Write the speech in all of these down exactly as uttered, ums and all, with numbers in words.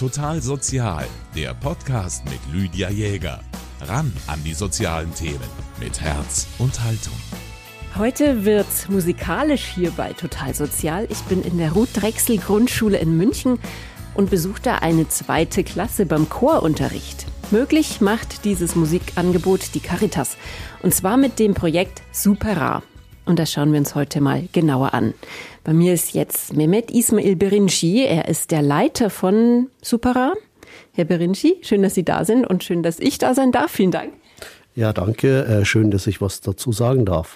Total Sozial, der Podcast mit Lydia Jäger. Ran an die sozialen Themen mit Herz und Haltung. Heute wird's musikalisch hier bei Total Sozial. Ich bin in der Ruth-Drechsel-Grundschule in München und besuche da eine zweite Klasse beim Chorunterricht. Möglich macht dieses Musikangebot die Caritas. Und zwar mit dem Projekt Super-Ra. Und das schauen wir uns heute mal genauer an. Bei mir ist jetzt Mehmet Ismail Birinci. Er ist der Leiter von Super-Ra. Herr Birinci, schön, dass Sie da sind und schön, dass ich da sein darf. Vielen Dank. Ja, danke. Schön, dass ich was dazu sagen darf.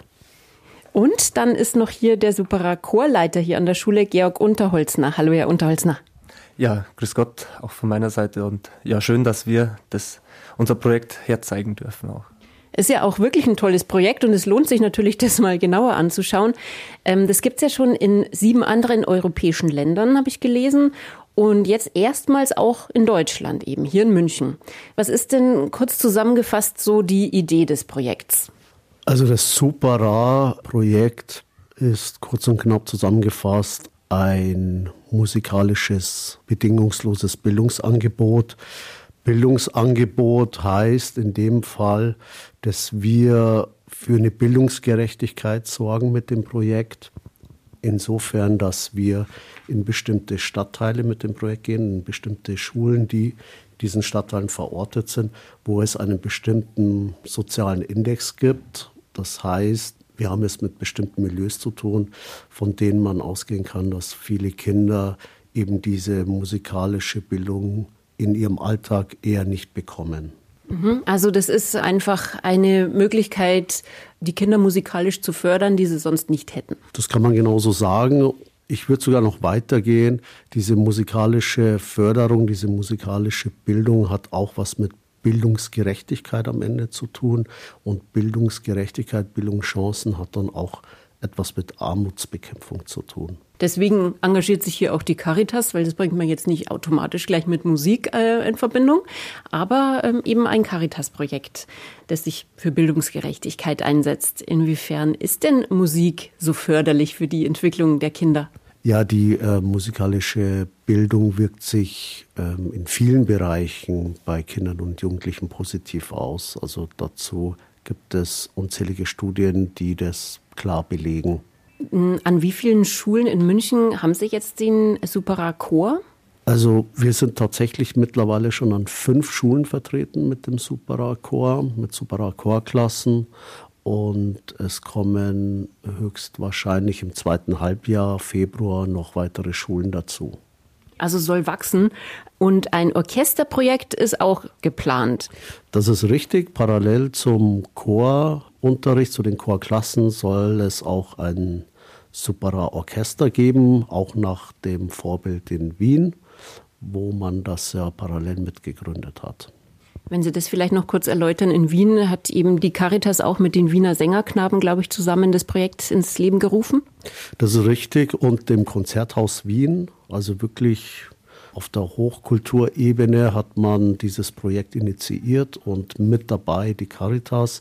Und dann ist noch hier der Super-Ra Chorleiter hier an der Schule, Georg Unterholzner. Hallo, Herr Unterholzner. Ja, grüß Gott, auch von meiner Seite. Und ja, schön, dass wir das, unser Projekt herzeigen dürfen auch. Ist ja auch wirklich ein tolles Projekt und es lohnt sich natürlich, das mal genauer anzuschauen. Ähm, das gibt's ja schon in sieben anderen europäischen Ländern, habe ich gelesen. Und jetzt erstmals auch in Deutschland eben, hier in München. Was ist denn kurz zusammengefasst so die Idee des Projekts? Also das Super-Ra-Projekt ist kurz und knapp zusammengefasst ein musikalisches, bedingungsloses Bildungsangebot. Bildungsangebot heißt in dem Fall, dass wir für eine Bildungsgerechtigkeit sorgen mit dem Projekt. Insofern, dass wir in bestimmte Stadtteile mit dem Projekt gehen, in bestimmte Schulen, die in diesen Stadtteilen verortet sind, wo es einen bestimmten sozialen Index gibt. Das heißt, wir haben es mit bestimmten Milieus zu tun, von denen man ausgehen kann, dass viele Kinder eben diese musikalische Bildung in ihrem Alltag eher nicht bekommen. Also das ist einfach eine Möglichkeit, die Kinder musikalisch zu fördern, die sie sonst nicht hätten. Das kann man genauso sagen. Ich würde sogar noch weitergehen. Diese musikalische Förderung, diese musikalische Bildung hat auch was mit Bildungsgerechtigkeit am Ende zu tun. Und Bildungsgerechtigkeit, Bildungschancen hat dann auch etwas mit Armutsbekämpfung zu tun. Deswegen engagiert sich hier auch die Caritas, weil das bringt man jetzt nicht automatisch gleich mit Musik äh, in Verbindung, aber ähm, eben ein Caritas-Projekt, das sich für Bildungsgerechtigkeit einsetzt. Inwiefern ist denn Musik so förderlich für die Entwicklung der Kinder? Ja, die äh, musikalische Bildung wirkt sich ähm, in vielen Bereichen bei Kindern und Jugendlichen positiv aus. Also dazu gibt es unzählige Studien, die das klar belegen. An wie vielen Schulen in München haben Sie jetzt den Super-Ra Chor? Also wir sind tatsächlich mittlerweile schon an fünf Schulen vertreten mit dem Super-Ra Chor, mit Super-Ra Chorklassen. Und es kommen höchstwahrscheinlich im zweiten Halbjahr, Februar, noch weitere Schulen dazu. Also soll wachsen. Und ein Orchesterprojekt ist auch geplant. Das ist richtig. Parallel zum Chorunterricht, zu den Chorklassen, soll es auch ein Super-Ra Orchester geben, auch nach dem Vorbild in Wien, wo man das ja parallel mitgegründet hat. Wenn Sie das vielleicht noch kurz erläutern, in Wien hat eben die Caritas auch mit den Wiener Sängerknaben, glaube ich, zusammen das Projekt ins Leben gerufen. Das ist richtig. Und dem Konzerthaus Wien, also wirklich auf der Hochkulturebene, hat man dieses Projekt initiiert und mit dabei die Caritas.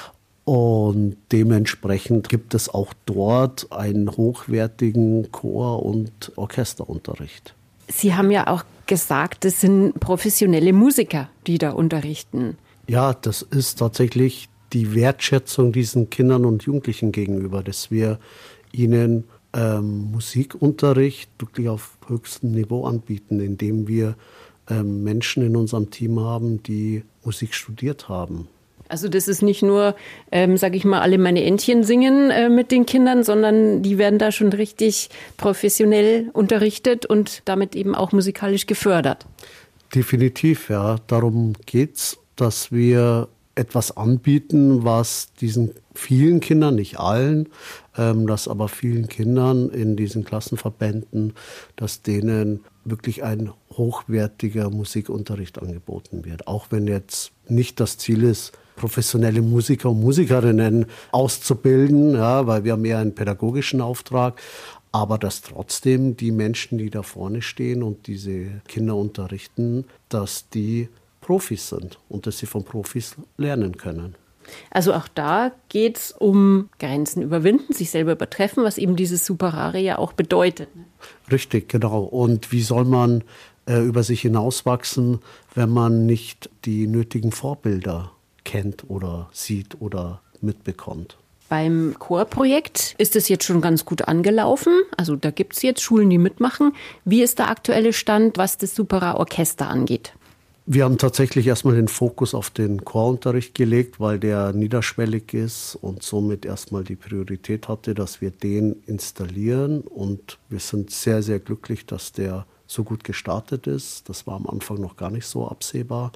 Und dementsprechend gibt es auch dort einen hochwertigen Chor- und Orchesterunterricht. Sie haben ja auch gesagt, es sind professionelle Musiker, die da unterrichten. Ja, das ist tatsächlich die Wertschätzung diesen Kindern und Jugendlichen gegenüber, dass wir ihnen ähm, Musikunterricht wirklich auf höchstem Niveau anbieten, indem wir ähm, Menschen in unserem Team haben, die Musik studiert haben. Also das ist nicht nur, ähm, sage ich mal, alle meine Entchen singen äh, mit den Kindern, sondern die werden da schon richtig professionell unterrichtet und damit eben auch musikalisch gefördert. Definitiv, ja. Darum geht's, dass wir etwas anbieten, was diesen vielen Kindern, nicht allen, ähm, dass aber vielen Kindern in diesen Klassenverbänden, dass denen wirklich ein hochwertiger Musikunterricht angeboten wird. Auch wenn jetzt nicht das Ziel ist, professionelle Musiker und Musikerinnen auszubilden, ja, weil wir haben eher einen pädagogischen Auftrag, aber dass trotzdem die Menschen, die da vorne stehen und diese Kinder unterrichten, dass die Profis sind und dass sie von Profis lernen können. Also auch da geht es um Grenzen überwinden, sich selber übertreffen, was eben dieses Super-Ra ja auch bedeutet. Richtig, genau. Und wie soll man äh, über sich hinauswachsen, wenn man nicht die nötigen Vorbilder kennt oder sieht oder mitbekommt. Beim Chorprojekt ist es jetzt schon ganz gut angelaufen. Also da gibt es jetzt Schulen, die mitmachen. Wie ist der aktuelle Stand, was das Supera Orchester angeht? Wir haben tatsächlich erstmal den Fokus auf den Chorunterricht gelegt, weil der niederschwellig ist und somit erstmal die Priorität hatte, dass wir den installieren. Und wir sind sehr, sehr glücklich, dass der so gut gestartet ist. Das war am Anfang noch gar nicht so absehbar.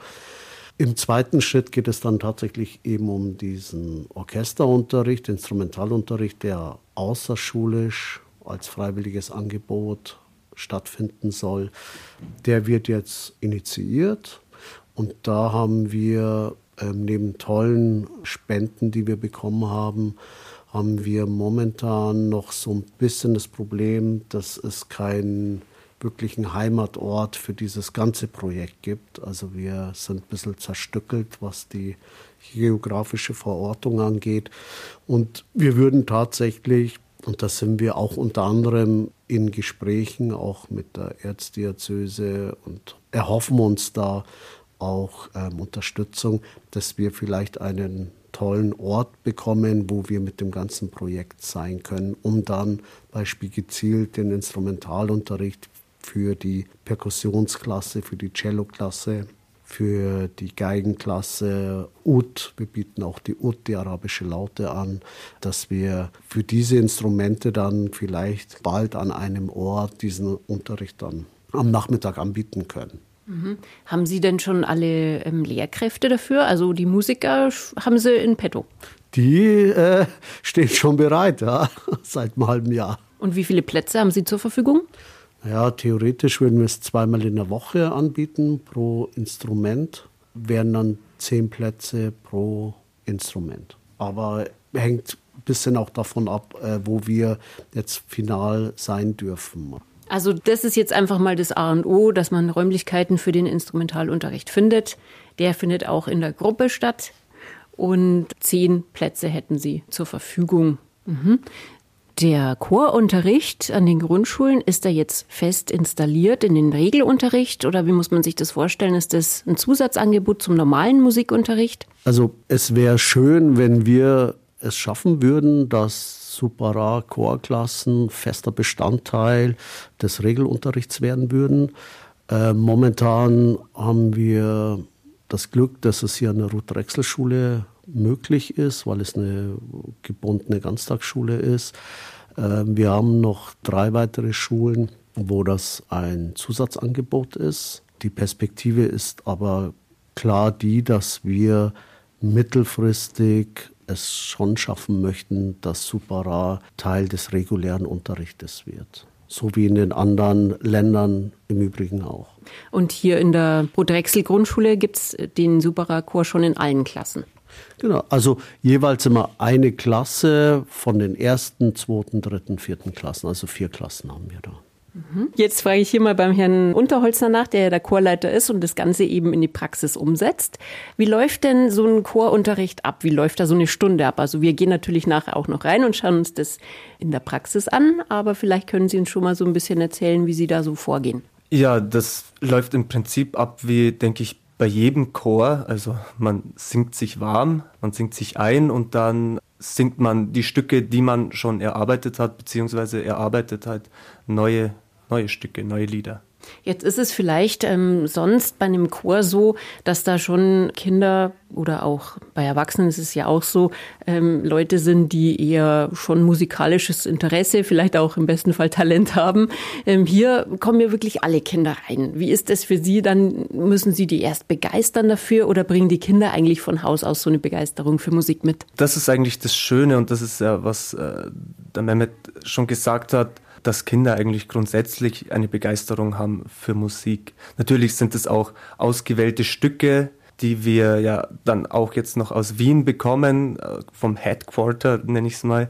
Im zweiten Schritt geht es dann tatsächlich eben um diesen Orchesterunterricht, Instrumentalunterricht, der außerschulisch als freiwilliges Angebot stattfinden soll. Der wird jetzt initiiert und da haben wir ähm, neben tollen Spenden, die wir bekommen haben, haben wir momentan noch so ein bisschen das Problem, dass es keinen wirklichen Heimatort für dieses ganze Projekt gibt. Also wir sind ein bisschen zerstückelt, was die geografische Verortung angeht. Und wir würden tatsächlich, und da sind wir auch unter anderem in Gesprächen, auch mit der Erzdiözese und erhoffen uns da auch ähm, Unterstützung, dass wir vielleicht einen tollen Ort bekommen, wo wir mit dem ganzen Projekt sein können, um dann beispielsweise gezielt den Instrumentalunterricht für die Perkussionsklasse, für die Celloklasse, für die Geigenklasse, Ud, wir bieten auch die Ud, die arabische Laute an, dass wir für diese Instrumente dann vielleicht bald an einem Ort diesen Unterricht dann am Nachmittag anbieten können. Mhm. Haben Sie denn schon alle ähm, Lehrkräfte dafür? Also die Musiker haben Sie in petto? Die äh, stehen schon bereit, ja, seit einem halben Jahr. Und wie viele Plätze haben Sie zur Verfügung? Ja, theoretisch würden wir es zweimal in der Woche anbieten pro Instrument, wären dann zehn Plätze pro Instrument. Aber hängt ein bisschen auch davon ab, wo wir jetzt final sein dürfen. Also das ist jetzt einfach mal das A und O, dass man Räumlichkeiten für den Instrumentalunterricht findet. Der findet auch in der Gruppe statt und zehn Plätze hätten Sie zur Verfügung. Mhm. Der Chorunterricht an den Grundschulen, ist da jetzt fest installiert in den Regelunterricht oder wie muss man sich das vorstellen? Ist das ein Zusatzangebot zum normalen Musikunterricht? Also es wäre schön, wenn wir es schaffen würden, dass Supera Chorklassen fester Bestandteil des Regelunterrichts werden würden. Äh, momentan haben wir das Glück, dass es hier an der Ruth-Drechsel-Schule möglich ist, weil es eine gebundene Ganztagsschule ist. Wir haben noch drei weitere Schulen, wo das ein Zusatzangebot ist. Die Perspektive ist aber klar die, dass wir mittelfristig es schon schaffen möchten, dass Supera Teil des regulären Unterrichtes wird. So wie in den anderen Ländern im Übrigen auch. Und hier in der Ruth-Drechsel-Grundschule gibt es den Supera-Chor schon in allen Klassen? Genau, also jeweils immer eine Klasse von den ersten, zweiten, dritten, vierten Klassen. Also vier Klassen haben wir da. Jetzt frage ich hier mal beim Herrn Unterholzner nach, der der Chorleiter ist und das Ganze eben in die Praxis umsetzt. Wie läuft denn so ein Chorunterricht ab? Wie läuft da so eine Stunde ab? Also wir gehen natürlich nachher auch noch rein und schauen uns das in der Praxis an, aber vielleicht können Sie uns schon mal so ein bisschen erzählen, wie Sie da so vorgehen. Ja, das läuft im Prinzip ab wie, denke ich, bei jedem Chor. Also man singt sich warm, man singt sich ein und dann singt man die Stücke, die man schon erarbeitet hat, beziehungsweise erarbeitet halt neue, neue Stücke, neue Lieder. Jetzt ist es vielleicht ähm, sonst bei einem Chor so, dass da schon Kinder oder auch bei Erwachsenen ist es ja auch so, ähm, Leute sind, die eher schon musikalisches Interesse, vielleicht auch im besten Fall Talent haben. Ähm, hier kommen ja wirklich alle Kinder rein. Wie ist das für Sie? Dann müssen Sie die erst begeistern dafür oder bringen die Kinder eigentlich von Haus aus so eine Begeisterung für Musik mit? Das ist eigentlich das Schöne und das ist ja, was äh, der Mehmet schon gesagt hat, dass Kinder eigentlich grundsätzlich eine Begeisterung haben für Musik. Natürlich sind es auch ausgewählte Stücke, die wir ja dann auch jetzt noch aus Wien bekommen, vom Headquarter nenne ich es mal.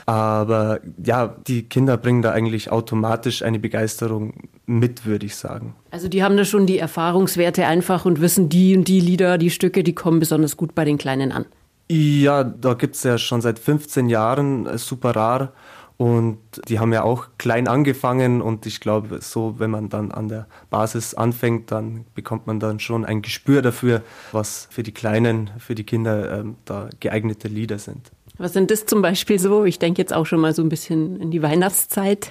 Aber ja, die Kinder bringen da eigentlich automatisch eine Begeisterung mit, würde ich sagen. Also die haben da schon die Erfahrungswerte einfach und wissen, die und die Lieder, die Stücke, die kommen besonders gut bei den Kleinen an. Ja, da gibt es ja schon seit fünfzehn Jahren Supera. Und die haben ja auch klein angefangen und ich glaube, so, wenn man dann an der Basis anfängt, dann bekommt man dann schon ein Gespür dafür, was für die Kleinen, für die Kinder ähm, da geeignete Lieder sind. Was sind das zum Beispiel so? Ich denke jetzt auch schon mal so ein bisschen in die Weihnachtszeit.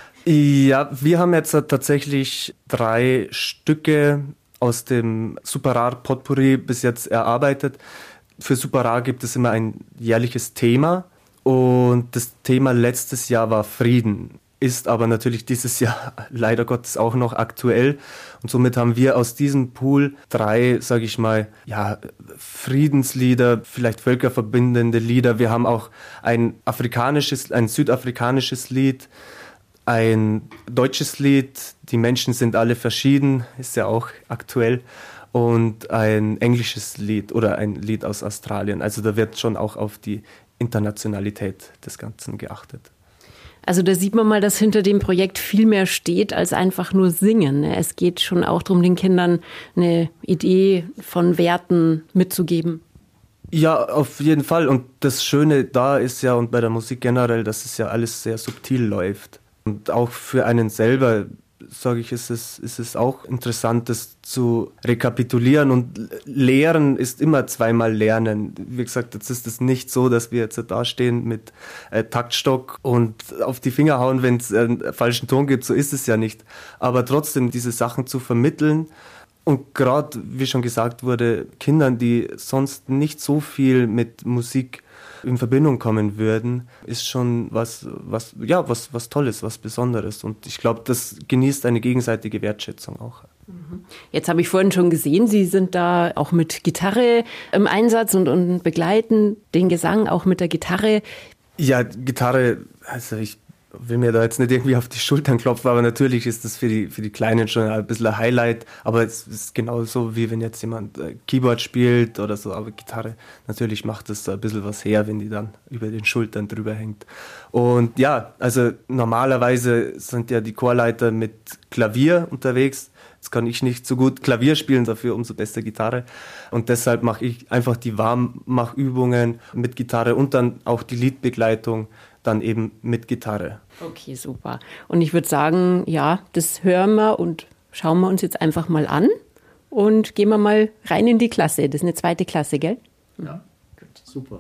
Ja, wir haben jetzt tatsächlich drei Stücke aus dem Super-Rar Potpourri bis jetzt erarbeitet. Für Super-Rar gibt es immer ein jährliches Thema. Und das Thema letztes Jahr war Frieden, ist aber natürlich dieses Jahr leider Gottes auch noch aktuell. Und somit haben wir aus diesem Pool drei, sage ich mal, ja, Friedenslieder, vielleicht völkerverbindende Lieder. Wir haben auch ein afrikanisches, ein südafrikanisches Lied, ein deutsches Lied, Die Menschen sind alle verschieden, ist ja auch aktuell. Und ein englisches Lied oder ein Lied aus Australien. Also da wird schon auch auf die Internationalität des Ganzen geachtet. Also da sieht man mal, dass hinter dem Projekt viel mehr steht als einfach nur singen. Es geht schon auch darum, den Kindern eine Idee von Werten mitzugeben. Ja, auf jeden Fall. Und das Schöne da ist ja, und bei der Musik generell, dass es ja alles sehr subtil läuft. Und auch für einen selber, sage ich, ist es, ist es auch interessant, das zu rekapitulieren. Und Lehren ist immer zweimal Lernen. Wie gesagt, jetzt ist es nicht so, dass wir jetzt da stehen mit äh, Taktstock und auf die Finger hauen, wenn es einen falschen Ton gibt. So ist es ja nicht. Aber trotzdem diese Sachen zu vermitteln. Und gerade, wie schon gesagt wurde, Kindern, die sonst nicht so viel mit Musik in Verbindung kommen würden, ist schon was, was, ja, was, was Tolles, was Besonderes. Und ich glaube, das genießt eine gegenseitige Wertschätzung auch. Jetzt habe ich vorhin schon gesehen, Sie sind da auch mit Gitarre im Einsatz und, und begleiten den Gesang auch mit der Gitarre. Ja, Gitarre, also ich will mir da jetzt nicht irgendwie auf die Schultern klopfen, aber natürlich ist das für die, für die Kleinen schon ein bisschen ein Highlight, aber es ist genauso, wie wenn jetzt jemand Keyboard spielt oder so, aber Gitarre, natürlich macht das ein bisschen was her, wenn die dann über den Schultern drüber hängt. Und ja, also normalerweise sind ja die Chorleiter mit Klavier unterwegs. Jetzt kann ich nicht so gut Klavier spielen, dafür umso besser Gitarre. Und deshalb mache ich einfach die Warmmachübungen mit Gitarre und dann auch die Liedbegleitung dann eben mit Gitarre. Okay, super. Und ich würde sagen, ja, das hören wir und schauen wir uns jetzt einfach mal an und gehen wir mal rein in die Klasse. Das ist eine zweite Klasse, gell? Ja, gut, super.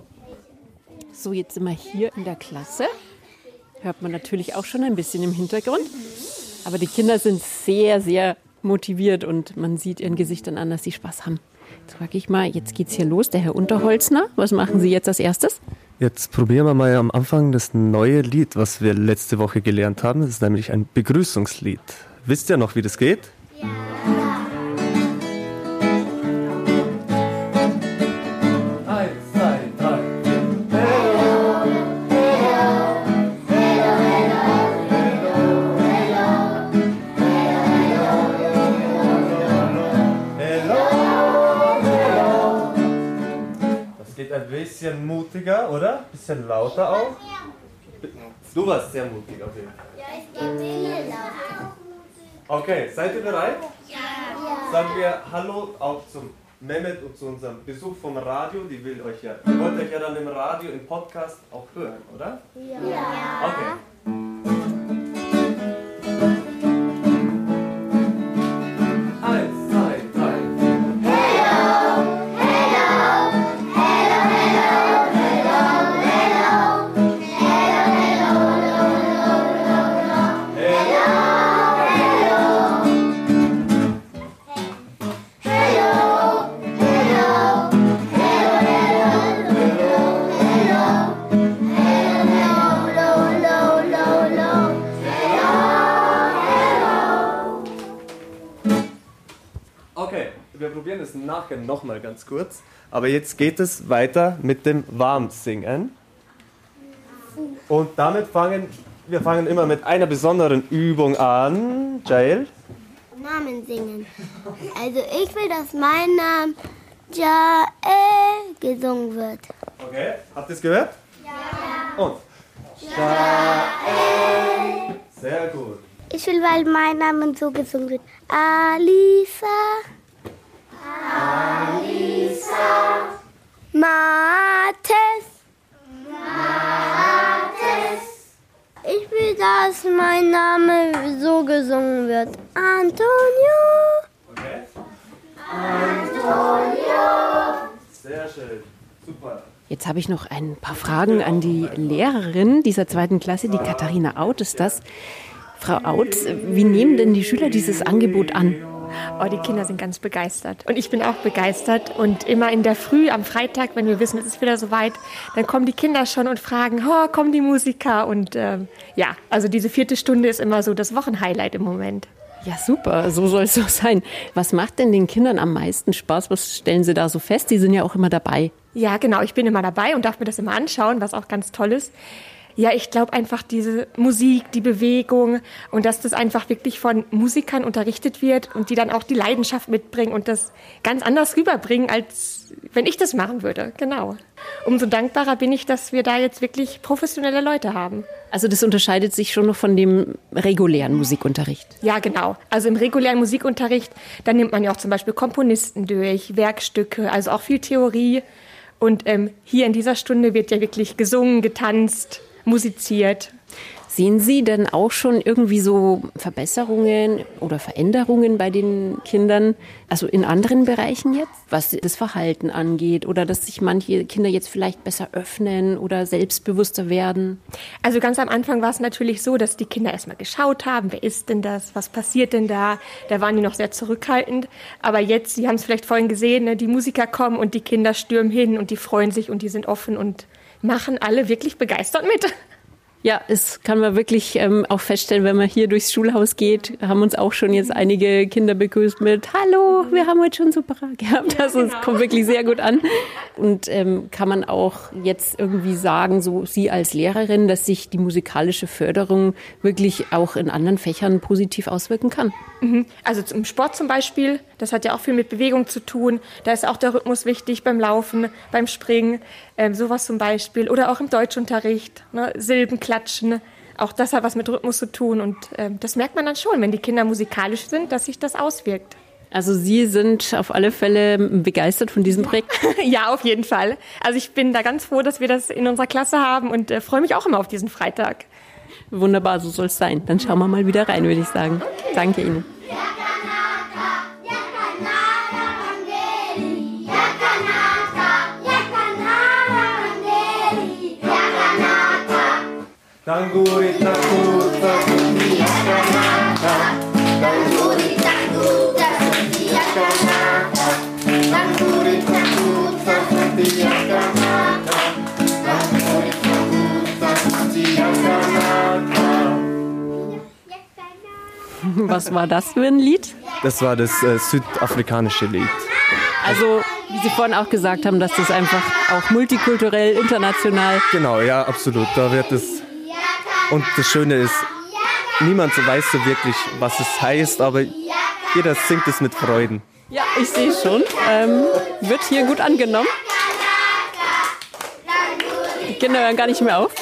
So, jetzt sind wir hier in der Klasse. Hört man natürlich auch schon ein bisschen im Hintergrund. Aber die Kinder sind sehr, sehr motiviert und man sieht ihren Gesichtern an, dass sie Spaß haben. Jetzt frage ich mal, jetzt geht's hier los, der Herr Unterholzner. Was machen Sie jetzt als erstes? Jetzt probieren wir mal am Anfang das neue Lied, was wir letzte Woche gelernt haben. Das ist nämlich ein Begrüßungslied. Wisst ihr noch, wie das geht? Ja. Ein bisschen mutiger, oder? Ein bisschen lauter auch. Du warst sehr mutig auf jeden Fall. Ja, ich gehe viel lauter. Okay, seid ihr bereit? Ja. Sagen wir Hallo auch zum Mehmet und zu unserem Besuch vom Radio. Die will euch ja, ihr wollt euch ja dann im Radio, im Podcast auch hören, oder? Ja. Okay. Wir probieren es nachher nochmal ganz kurz. Aber jetzt geht es weiter mit dem Warmsingen. Und damit fangen wir fangen immer mit einer besonderen Übung an. Jael? Namen singen. Also ich will, dass mein Name Jael gesungen wird. Okay, habt ihr es gehört? Ja. Und? Jael. Sehr gut. Ich will, weil mein Name so gesungen wird. Alisa. Alisa. Mathis. Mathis. will, dass mein Name so gesungen wird. Antonio. Okay. Antonio. Sehr schön. Super. Jetzt habe ich noch ein paar Fragen an die Lehrerin dieser zweiten Klasse, die Katharina Out ist das. Frau Out, wie nehmen denn die Schüler dieses Angebot an? Oh, die Kinder sind ganz begeistert. Und ich bin auch begeistert. Und immer in der Früh am Freitag, wenn wir wissen, es ist wieder soweit, dann kommen die Kinder schon und fragen, oh, kommen die Musiker? Und ähm, ja, also diese vierte Stunde ist immer so das Wochenhighlight im Moment. Ja, super, so soll es doch sein. Was macht denn den Kindern am meisten Spaß? Was stellen sie da so fest? Die sind ja auch immer dabei. Ja, genau, ich bin immer dabei und darf mir das immer anschauen, was auch ganz toll ist. Ja, ich glaube einfach diese Musik, die Bewegung und dass das einfach wirklich von Musikern unterrichtet wird und die dann auch die Leidenschaft mitbringen und das ganz anders rüberbringen, als wenn ich das machen würde. Genau. Umso dankbarer bin ich, dass wir da jetzt wirklich professionelle Leute haben. Also das unterscheidet sich schon noch von dem regulären Musikunterricht. Ja, genau. Also im regulären Musikunterricht, da nimmt man ja auch zum Beispiel Komponisten durch, Werkstücke, also auch viel Theorie. Und ähm, hier in dieser Stunde wird ja wirklich gesungen, getanzt, musiziert. Sehen Sie denn auch schon irgendwie so Verbesserungen oder Veränderungen bei den Kindern, also in anderen Bereichen jetzt, was das Verhalten angeht oder dass sich manche Kinder jetzt vielleicht besser öffnen oder selbstbewusster werden? Also ganz am Anfang war es natürlich so, dass die Kinder erstmal geschaut haben, wer ist denn das, was passiert denn da? Da waren die noch sehr zurückhaltend, aber jetzt, Sie haben es vielleicht vorhin gesehen, ne, die Musiker kommen und die Kinder stürmen hin und die freuen sich und die sind offen und machen alle wirklich begeistert mit. Ja, das kann man wirklich ähm, auch feststellen, wenn man hier durchs Schulhaus geht, haben uns auch schon jetzt einige Kinder begrüßt mit Hallo, wir haben heute schon super gehabt. Also es kommt wirklich sehr gut an. Und ähm, kann man auch jetzt irgendwie sagen, so Sie als Lehrerin, dass sich die musikalische Förderung wirklich auch in anderen Fächern positiv auswirken kann? Mhm. Also im Sport zum Beispiel, das hat ja auch viel mit Bewegung zu tun. Da ist auch der Rhythmus wichtig beim Laufen, beim Springen, ähm, sowas zum Beispiel. Oder auch im Deutschunterricht, ne, Silben klatschen. Auch das hat was mit Rhythmus zu tun. Und ähm, das merkt man dann schon, wenn die Kinder musikalisch sind, dass sich das auswirkt. Also Sie sind auf alle Fälle begeistert von diesem Projekt? Ja, auf jeden Fall. Also ich bin da ganz froh, dass wir das in unserer Klasse haben und äh, freue mich auch immer auf diesen Freitag. Wunderbar, so soll es sein. Dann schauen wir mal wieder rein, würde ich sagen. Danke Ihnen. Tanguri takuta yakanaka, tanguri takuta yakanaka, tanguri takuta yakanaka, tanguri takuta yakanaka. Was war das für ein Lied? Das war das äh, südafrikanische Lied. Also, wie Sie vorhin auch gesagt haben, dass das einfach auch multikulturell, international... Genau, ja, absolut. Da wird es... Und das Schöne ist, niemand weiß so wirklich, was es heißt, aber jeder singt es mit Freuden. Ja, ich sehe schon. Ähm, wird hier gut angenommen. Die Kinder hören gar nicht mehr auf.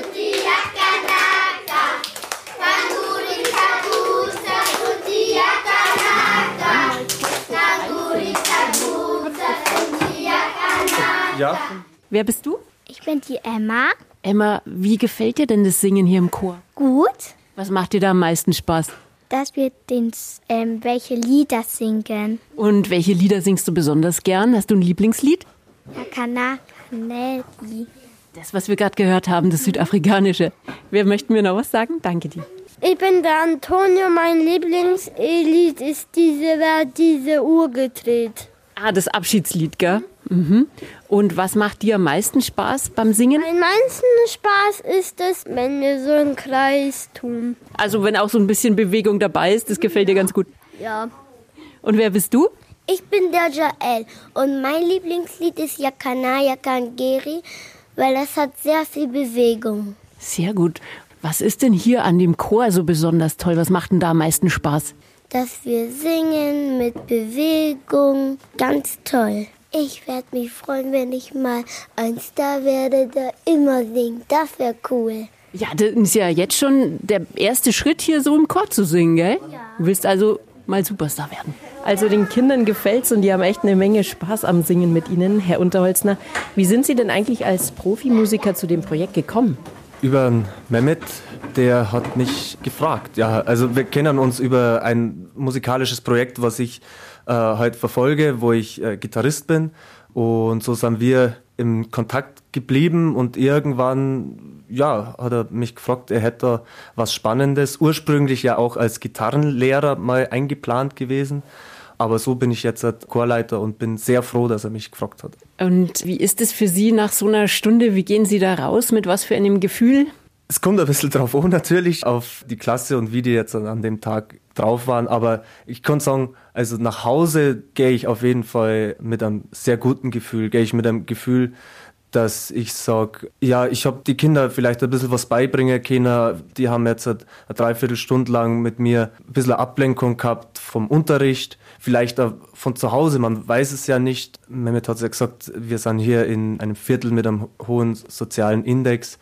Ja. Wer bist du? Ich bin die Emma. Emma, wie gefällt dir denn das Singen hier im Chor? Gut, Was macht dir da am meisten Spaß? dass wir den, ähm, welche Lieder singen. Und welche Lieder singst du besonders gern? Hast du ein Lieblingslied? Yakaneli. Das, was wir gerade gehört haben, das südafrikanische. Wer möchten mir noch was sagen? Danke dir. Ich bin der Antonio. Mein Lieblingslied ist diese, wer diese Uhr gedreht. Ah, das Abschiedslied, gell? Mhm. Und was macht dir am meisten Spaß beim Singen? Am meisten Spaß ist es, wenn wir so einen Kreis tun. Also wenn auch so ein bisschen Bewegung dabei ist, das gefällt dir ganz gut. Ja. Und wer bist du? Ich bin der Jael und mein Lieblingslied ist Yakana Yakangeri, weil das hat sehr viel Bewegung. Sehr gut. Was ist denn hier an dem Chor so besonders toll? Was macht denn da am meisten Spaß? Dass wir singen mit Bewegung, ganz toll. Ich werde mich freuen, wenn ich mal ein Star werde, der immer singt. Das wäre cool. Ja, das ist ja jetzt schon der erste Schritt, hier so im Chor zu singen, gell? Ja. Du willst also mal Superstar werden. Also den Kindern gefällt's und die haben echt eine Menge Spaß am Singen mit Ihnen, Herr Unterholzner. Wie sind Sie denn eigentlich als Profimusiker zu dem Projekt gekommen? Über Mehmet, der hat mich gefragt. Ja, also wir kennen uns über ein musikalisches Projekt, was ich äh, heute verfolge, wo ich äh, Gitarrist bin. Und so sind wir im Kontakt geblieben und irgendwann, ja, hat er mich gefragt, er hätte da was Spannendes. Ursprünglich ja auch als Gitarrenlehrer mal eingeplant gewesen. Aber so bin ich jetzt Chorleiter und bin sehr froh, dass er mich gefragt hat. Und wie ist es für Sie nach so einer Stunde? Wie gehen Sie da raus? Mit was für einem Gefühl? Es kommt ein bisschen drauf an, natürlich, auf die Klasse und wie die jetzt an dem Tag drauf waren. Aber ich kann sagen, also nach Hause gehe ich auf jeden Fall mit einem sehr guten Gefühl. Gehe ich mit einem Gefühl, dass ich sage, ja, ich habe die Kinder vielleicht ein bisschen was beibringen können. Die haben jetzt eine Dreiviertelstunde lang mit mir ein bisschen Ablenkung gehabt vom Unterricht. Vielleicht auch von zu Hause, man weiß es ja nicht. Mehmet hat ja gesagt, wir sind hier in einem Viertel mit einem hohen sozialen Index.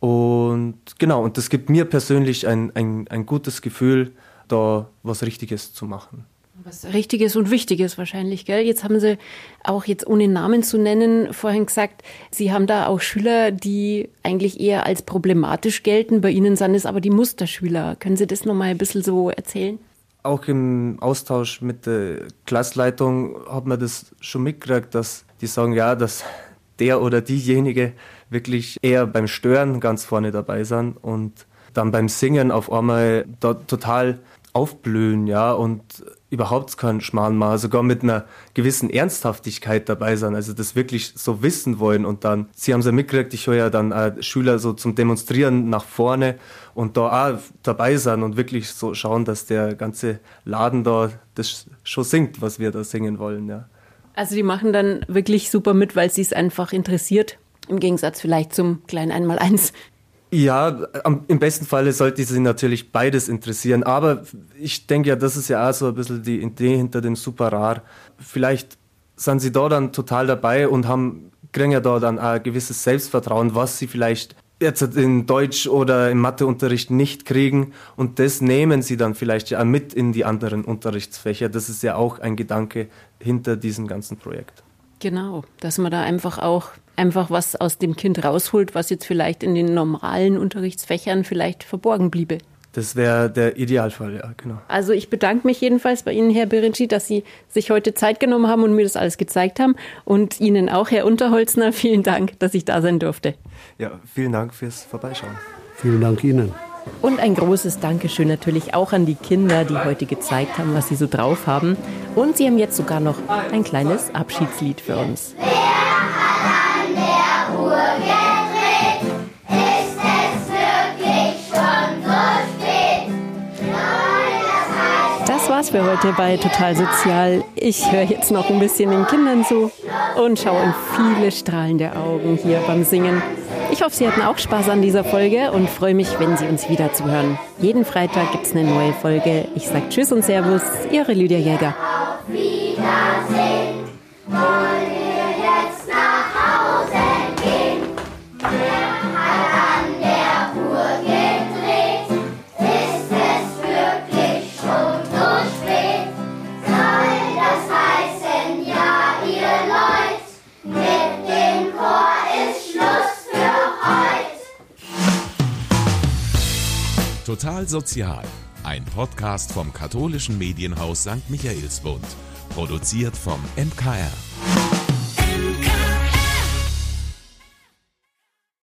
Und genau, und das gibt mir persönlich ein, ein, ein gutes Gefühl, da was Richtiges zu machen. Was Richtiges und Wichtiges wahrscheinlich, gell? Jetzt haben Sie auch, jetzt ohne Namen zu nennen, vorhin gesagt, Sie haben da auch Schüler, die eigentlich eher als problematisch gelten. Bei Ihnen sind es aber die Musterschüler. Können Sie das nochmal ein bisschen so erzählen? Auch im Austausch mit der Klassleitung hat man das schon mitgekriegt, dass die sagen, ja, dass der oder diejenige wirklich eher beim Stören ganz vorne dabei sind und dann beim Singen auf einmal da total aufblühen, ja, und überhaupt keinen Schmarrn machen, sogar mit einer gewissen Ernsthaftigkeit dabei sein, also das wirklich so wissen wollen. Und dann, Sie haben es ja mitgekriegt, ich höre ja dann äh, Schüler so zum Demonstrieren nach vorne und da auch dabei sein und wirklich so schauen, dass der ganze Laden da das schon singt, was wir da singen wollen, ja. Also die machen dann wirklich super mit, weil sie es einfach interessiert, im Gegensatz vielleicht zum kleinen Einmaleins. Ja, im besten Falle sollte sie natürlich beides interessieren, aber ich denke ja, das ist ja auch so ein bisschen die Idee hinter dem Super Rar. Vielleicht sind sie da dann total dabei und haben, kriegen ja da dann auch ein gewisses Selbstvertrauen, was sie vielleicht jetzt in Deutsch oder im Matheunterricht nicht kriegen, und das nehmen sie dann vielleicht ja auch mit in die anderen Unterrichtsfächer. Das ist ja auch ein Gedanke hinter diesem ganzen Projekt. Genau, dass man da einfach auch einfach was aus dem Kind rausholt, was jetzt vielleicht in den normalen Unterrichtsfächern vielleicht verborgen bliebe. Das wäre der Idealfall, ja, genau. Also ich bedanke mich jedenfalls bei Ihnen, Herr Birinci, dass Sie sich heute Zeit genommen haben und mir das alles gezeigt haben. Und Ihnen auch, Herr Unterholzner, vielen Dank, dass ich da sein durfte. Ja, vielen Dank fürs Vorbeischauen. Vielen Dank Ihnen. Und ein großes Dankeschön natürlich auch an die Kinder, die heute gezeigt haben, was sie so drauf haben. Und sie haben jetzt sogar noch ein kleines Abschiedslied für uns. Wer hat an der Uhr gedreht? Ist es wirklich schon so spät? Nein, das heißt... Das war's für heute bei Total Sozial. Ich höre jetzt noch ein bisschen den Kindern zu und schaue in viele strahlende Augen hier beim Singen. Ich hoffe, Sie hatten auch Spaß an dieser Folge und freue mich, wenn Sie uns wieder zuhören. Jeden Freitag gibt's eine neue Folge. Ich sage Tschüss und Servus, Ihre Lydia Jäger. Auf Wiedersehen, wollen wir jetzt nach Hause gehen? Wer hat an der Uhr gedreht? Ist es wirklich schon so spät? Soll das heißen, ja, ihr Leute, mit dem Chor ist Schluss für heute. Total Sozial, ein Podcast vom katholischen Medienhaus Sankt Michaelsbund, produziert vom M K R.